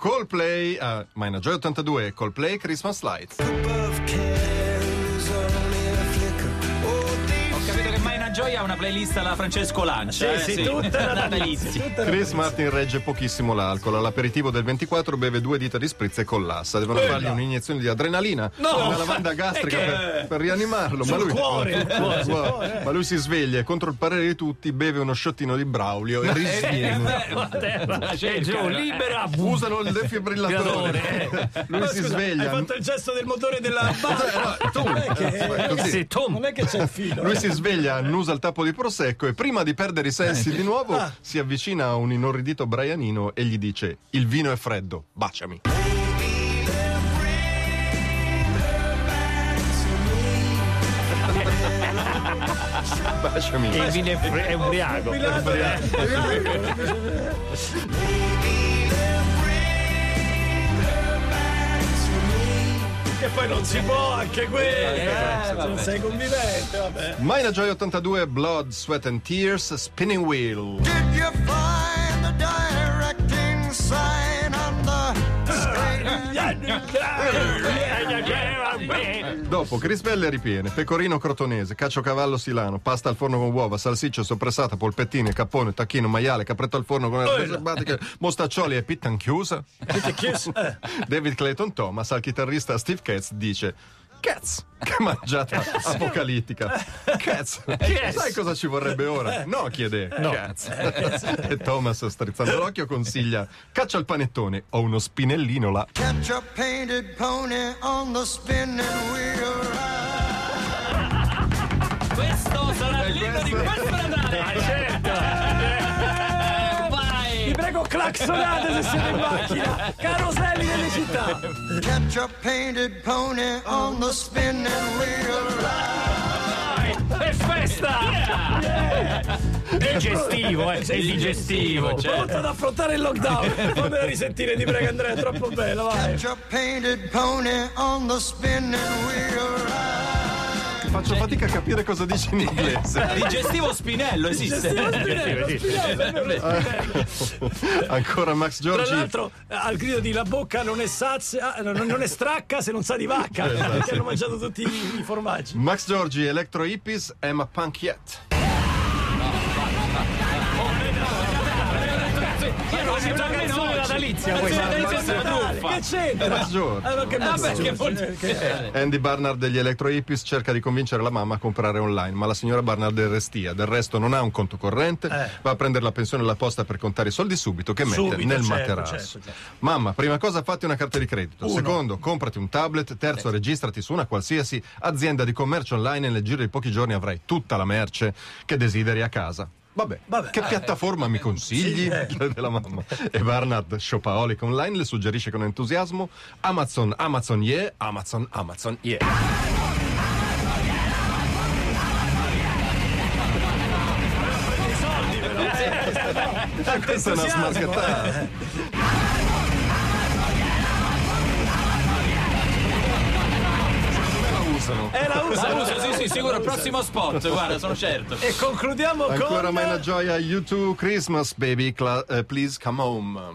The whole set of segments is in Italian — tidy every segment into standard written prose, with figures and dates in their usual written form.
Coldplay, Mina Joy 82, Coldplay Christmas Lights. Joy ha una playlist alla Francesco Lancia. Sì, tutta natalizia. Chris Martin regge pochissimo l'alcol. All'aperitivo del 24 beve 2 dita di spritz e collassa. Devono fargli un'iniezione di adrenalina, una lavanda gastrica per rianimarlo. Ma lui si sveglia e contro il parere di tutti beve uno sciottino di Braulio e risviene. Libera. Usano il defibrillatore. Lui si sveglia. Hai fatto il gesto del motore della barca. Non è che c'è il filo. Lui si sveglia, annusa il tappo di prosecco e prima di perdere i sensi di nuovo si avvicina a un inorridito Brianino e gli dice: il vino è freddo, baciami. Baciami. Il vino è ubriaco. Che poi non si può anche quello, non sei convivente, vabbè. Mina Joy 82, Blood, Sweat and Tears, Spinning Wheel. Did you find the directing sign on Dopo Crispelle ripiene, pecorino crotonese, caciocavallo silano, pasta al forno con uova, salsiccia soppressata, polpettine, cappone, tacchino, maiale, capretto al forno con erbe selvatiche, mostaccioli e pittan chiusa. David Clayton Thomas al chitarrista Steve Katz dice: Cats, che mangiata apocalittica. Cats, sai cosa ci vorrebbe ora? No, chiede Cats. E Thomas, strizzando l'occhio, consiglia: caccia il panettone, ho uno spinellino là. Catch a painted pony on the spinning wheel. Questo sarà il libro di questo Natale. Vai. Vi prego, claxonate se siete in macchina. Caroselli delle città. Catch a painted pony on the spinning wheel. È festa! È digestivo, è digestivo. Pronto ad affrontare il lockdown. Fammela risentire, ti prego Andrea, è troppo bello, vai. Catch a painted pony on the spinning wheel. Faccio fatica a capire cosa dice in inglese. Digestivo Spinello esiste. Ancora Max Giorgi. Tra l'altro, al grido di la bocca non è sazia, non è stracca se non sa di vacca, perché hanno mangiato tutti i formaggi. Max Giorgi, Electro Hippies, Emma Punkiet. Natalizia questa. Che c'entra? Andy Barnard degli Electro Hippies cerca di convincere la mamma a comprare online, ma la signora Barnard è restia. Del resto non ha un conto corrente, va a prendere la pensione alla posta per contare i soldi subito che mette nel materasso. Certo. Mamma, prima cosa fatti una carta di credito. Secondo, comprati un tablet. Terzo, registrati su una qualsiasi azienda di commercio online e nel giro di pochi giorni avrai tutta la merce che desideri a casa. Vabbè. Che piattaforma mi consigli? Chiede la mamma. E Barnard, shopaholic online, le suggerisce con entusiasmo: Amazon, yeah, Amazon, yeah. Questa è una smarchettata. La uso, sì, sicuro. Il prossimo spot, guarda, sono certo. E concludiamo ancora con Mina Gioia, U2, Christmas Baby, Please Come Home.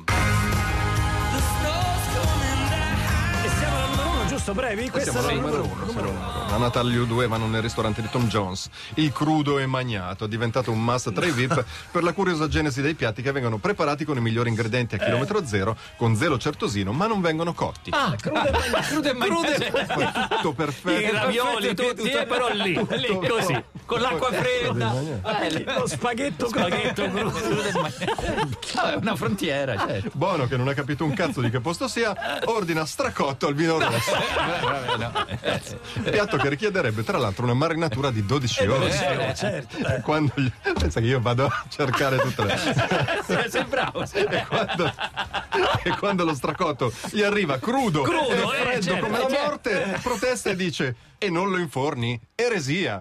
E siamo al numero 1, giusto, brevi? Siamo al numero 1. A Natale gli U2 vanno nel ristorante di Tom Jones. Il crudo e magnato è diventato un must tra i VIP per la curiosa genesi dei piatti che vengono preparati con i migliori ingredienti a chilometro zero, con zero certosino, ma non vengono cotti. Crude e magnato. Tutto perfetto. I ravioli, tutti, però lì così, con l'acqua fredda. Lo spaghetto crudo. È una frontiera, certo. Buono che non ha capito un cazzo di che posto sia, ordina stracotto al vino rosso. Piatto che richiederebbe tra l'altro una marinatura di 12 ore. Certo. Pensa che io vado a cercare tutte le... Sei bravo. E quando lo stracotto gli arriva crudo e freddo come la morte, protesta e dice: e non lo inforni? Eresia.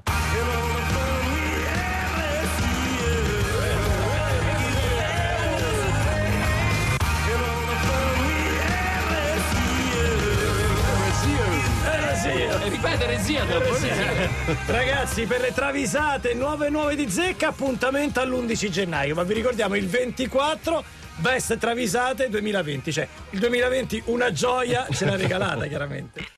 Ripete eresia dopo. Ragazzi, per le travisate nuove di zecca, appuntamento all'11 gennaio. Ma vi ricordiamo il 24 veste travisate 2020, cioè il 2020 una gioia ce l'ha regalata chiaramente.